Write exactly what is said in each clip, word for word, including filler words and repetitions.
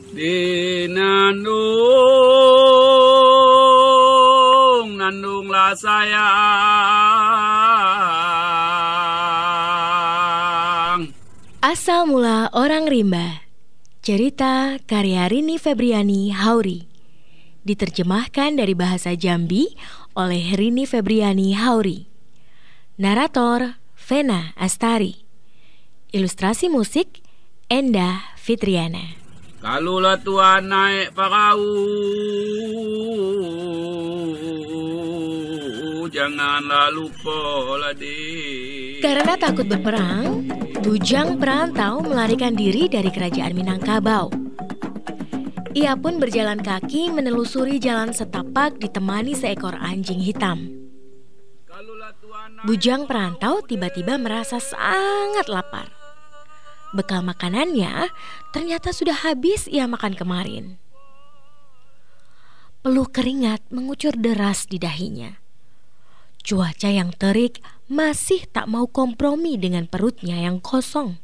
Di nandung, nandunglah sayang. Asal mula orang rimba. Cerita karya Rini Febriani Hauri. Diterjemahkan dari bahasa Jambi oleh Rini Febriani Hauri. Narator Vena Astari. Ilustrasi musik Endah Fitriana. Kalulah Tuhan naik perahu, janganlah lupa lading. Karena takut berperang, bujang perantau melarikan diri dari kerajaan Minangkabau. Ia pun berjalan kaki menelusuri jalan setapak ditemani seekor anjing hitam. Bujang perantau tiba-tiba merasa sangat lapar. Bekal makanannya ternyata sudah habis ia makan kemarin. Peluh keringat mengucur deras di dahinya. Cuaca yang terik masih tak mau kompromi dengan perutnya yang kosong.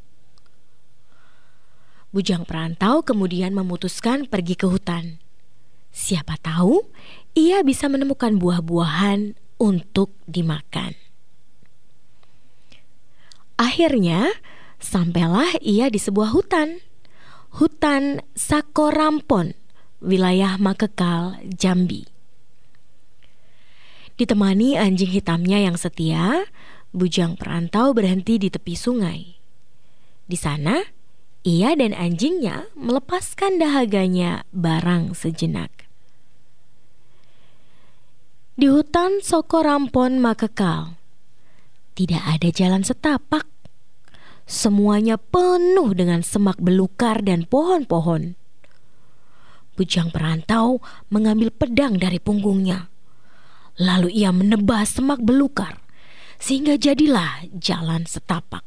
Bujang perantau kemudian memutuskan pergi ke hutan. Siapa tahu ia bisa menemukan buah-buahan untuk dimakan. Akhirnya sampailah ia di sebuah hutan, hutan Sakorampon, wilayah Makekal, Jambi. Ditemani anjing hitamnya yang setia, bujang perantau berhenti di tepi sungai. Di sana, ia dan anjingnya melepaskan dahaganya barang sejenak. Di hutan Sakorampon, Makekal, tidak ada jalan setapak. Semuanya penuh dengan semak belukar dan pohon-pohon. Bujang perantau mengambil pedang dari punggungnya. Lalu ia menebas semak belukar sehingga jadilah jalan setapak.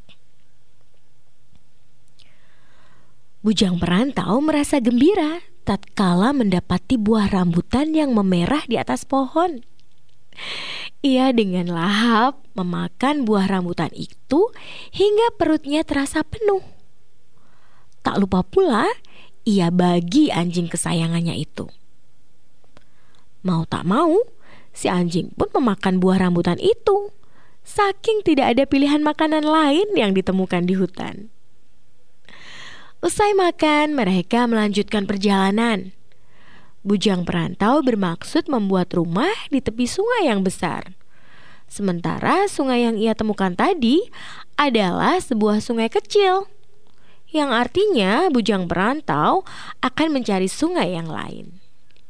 Bujang perantau merasa gembira tatkala mendapati buah rambutan yang memerah di atas pohon. Ia dengan lahap memakan buah rambutan itu hingga perutnya terasa penuh. Tak lupa pula ia bagi anjing kesayangannya itu. Mau tak mau, si anjing pun memakan buah rambutan itu, saking tidak ada pilihan makanan lain yang ditemukan di hutan. Usai makan, mereka melanjutkan perjalanan. Bujang perantau bermaksud membuat rumah di tepi sungai yang besar. Sementara sungai yang ia temukan tadi adalah sebuah sungai kecil, yang artinya bujang perantau akan mencari sungai yang lain.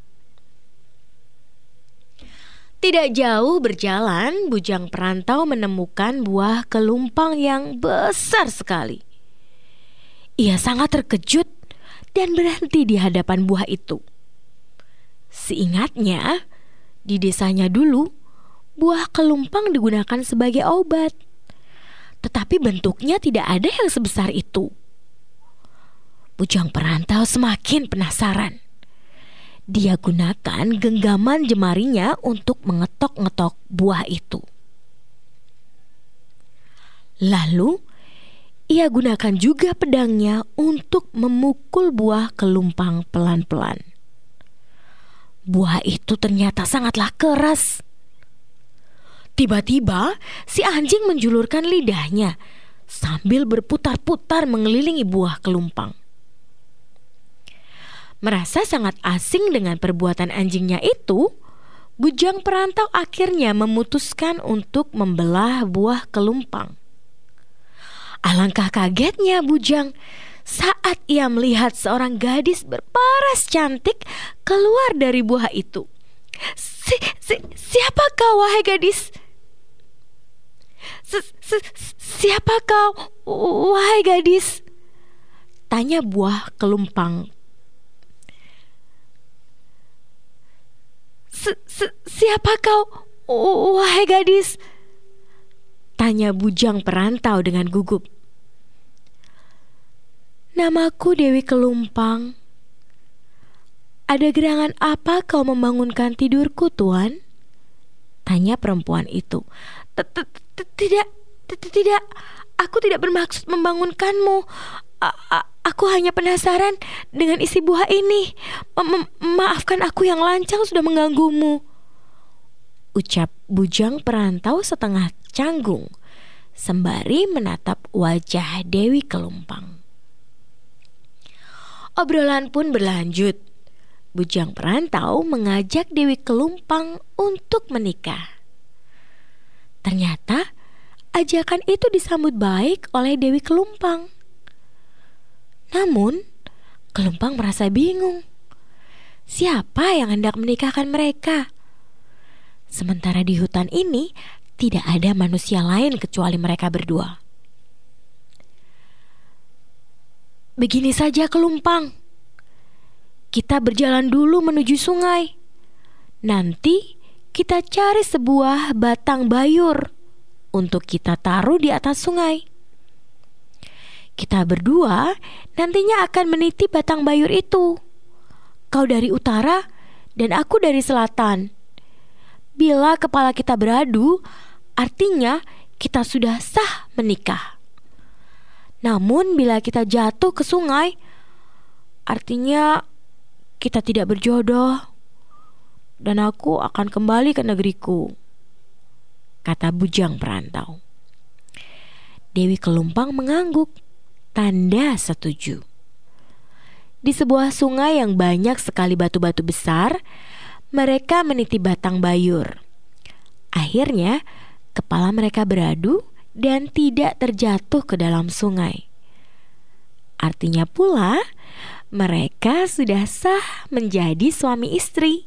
Tidak jauh berjalan, bujang perantau menemukan buah kelumpang yang besar sekali. Ia sangat terkejut dan berhenti di hadapan buah itu. Seingatnya, di desanya dulu, buah kelumpang digunakan sebagai obat. Tetapi bentuknya tidak ada yang sebesar itu. Bujang perantau semakin penasaran. Dia gunakan genggaman jemarinya untuk mengetok-ngetok buah itu. Lalu, ia gunakan juga pedangnya untuk memukul buah kelumpang pelan-pelan. Buah itu ternyata sangatlah keras. Tiba-tiba si anjing menjulurkan lidahnya sambil berputar-putar mengelilingi buah kelumpang. Merasa sangat asing dengan perbuatan anjingnya itu, bujang perantau akhirnya memutuskan untuk membelah buah kelumpang. Alangkah kagetnya bujang saat ia melihat seorang gadis berparas cantik keluar dari buah itu. Si, si, siapa kau, wahai gadis? Si, si, siapa kau, wahai gadis? Tanya buah kelumpang. Si, si, siapa kau, wahai gadis? Tanya bujang perantau dengan gugup. Namaku Dewi Kelumpang. Ada gerangan apa kau membangunkan tidurku, Tuan? Tanya perempuan itu. Tidak, tidak, aku tidak bermaksud membangunkanmu. A- a- aku hanya penasaran dengan isi buah ini. Ma- ma- maafkan aku yang lancang sudah mengganggumu, ucap bujang perantau setengah canggung sembari menatap wajah Dewi Kelumpang. Obrolan pun berlanjut. Bujang perantau mengajak Dewi Kelumpang untuk menikah. Ternyata ajakan itu disambut baik oleh Dewi Kelumpang. Namun, Kelumpang merasa bingung. Siapa yang hendak menikahkan mereka? Sementara di hutan ini tidak ada manusia lain kecuali mereka berdua. Begini saja Kelumpang, kita berjalan dulu menuju sungai. Nanti kita cari sebuah batang bayur untuk kita taruh di atas sungai. Kita berdua nantinya akan meniti batang bayur itu. Kau dari utara dan aku dari selatan. Bila kepala kita beradu, artinya kita sudah sah menikah. Namun bila kita jatuh ke sungai, artinya kita tidak berjodoh, dan aku akan kembali ke negeriku, kata bujang perantau. Dewi Kelumpang mengangguk, tanda setuju. Di sebuah sungai yang banyak sekali batu-batu besar, mereka meniti batang bayur. Akhirnya, kepala mereka beradu dan tidak terjatuh ke dalam sungai. Artinya pula, mereka sudah sah menjadi suami istri.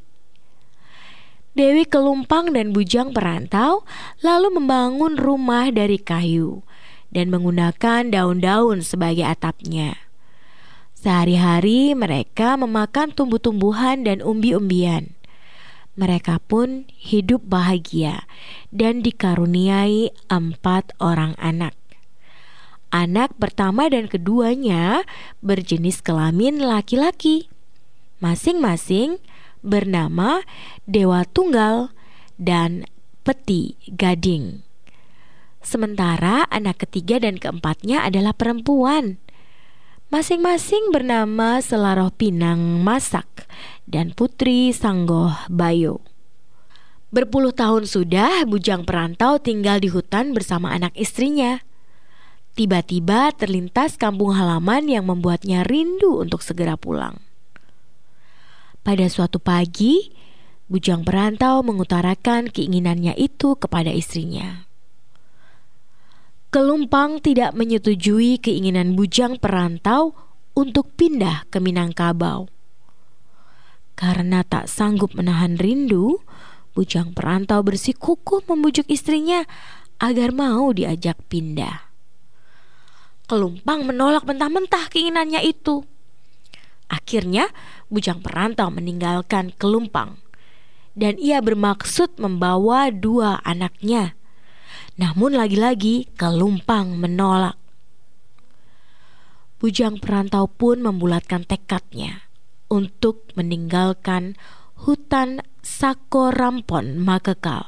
Dewi Kelumpang dan bujang perantau lalu membangun rumah dari kayu dan menggunakan daun-daun sebagai atapnya. Sehari-hari mereka memakan tumbuh-tumbuhan dan umbi-umbian. Mereka pun hidup bahagia dan dikaruniai empat orang anak. Anak pertama dan keduanya berjenis kelamin laki-laki. Masing-masing bernama Dewa Tunggal dan Peti Gading. Sementara anak ketiga dan keempatnya adalah perempuan. Masing-masing bernama Selaroh Pinang Masak dan Putri Sanggoh Bayo. Berpuluh tahun sudah bujang perantau tinggal di hutan bersama anak istrinya. Tiba-tiba terlintas kampung halaman yang membuatnya rindu untuk segera pulang. Pada suatu pagi, bujang perantau mengutarakan keinginannya itu kepada istrinya. Kelumpang tidak menyetujui keinginan bujang perantau untuk pindah ke Minangkabau. Karena tak sanggup menahan rindu, bujang perantau bersikukuh membujuk istrinya agar mau diajak pindah. Kelumpang menolak mentah-mentah keinginannya itu. Akhirnya bujang perantau meninggalkan Kelumpang dan ia bermaksud membawa dua anaknya. Namun lagi-lagi Kelumpang menolak. Bujang perantau pun membulatkan tekadnya untuk meninggalkan hutan Sako Rampon Makekal.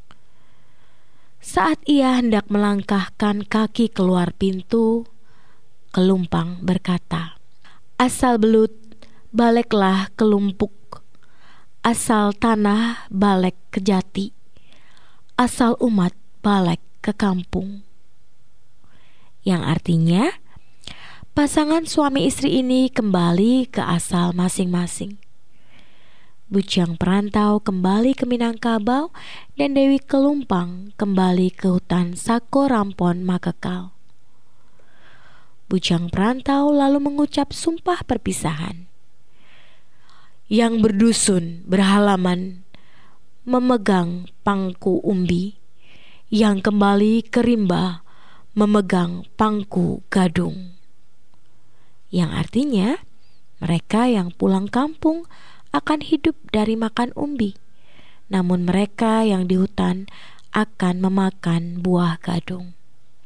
Saat ia hendak melangkahkan kaki keluar pintu, Kelumpang berkata, "Asal belut, baleklah ke lumpuk. Asal tanah, balek ke jati. Asal umat, balek ke kampung." Yang artinya, pasangan suami istri ini kembali ke asal masing-masing. Bujang perantau kembali ke Minangkabau dan Dewi Kelumpang kembali ke hutan Sako Rampon Makekal. Bujang perantau lalu mengucap sumpah perpisahan. Yang berdusun berhalaman memegang pangku umbi, yang kembali ke rimba memegang pangku gadung. Yang artinya mereka yang pulang kampung akan hidup dari makan umbi, namun mereka yang di hutan akan memakan buah gadung.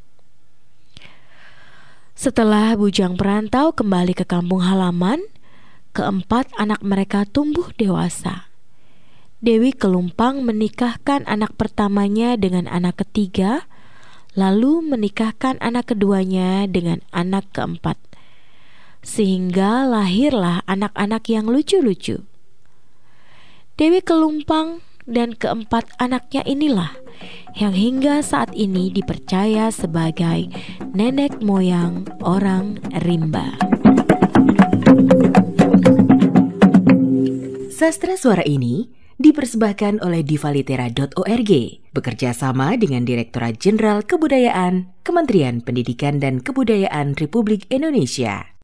Setelah bujang perantau kembali ke kampung halaman, keempat anak mereka tumbuh dewasa. Dewi Kelumpang menikahkan anak pertamanya dengan anak ketiga, lalu menikahkan anak keduanya dengan anak keempat, sehingga lahirlah anak-anak yang lucu-lucu. Dewi Kelumpang dan keempat anaknya inilah yang hingga saat ini dipercaya sebagai nenek moyang orang rimba. Sastra Suara ini dipersembahkan oleh diva litera dot org bekerja sama dengan Direktorat Jenderal Kebudayaan Kementerian Pendidikan dan Kebudayaan Republik Indonesia.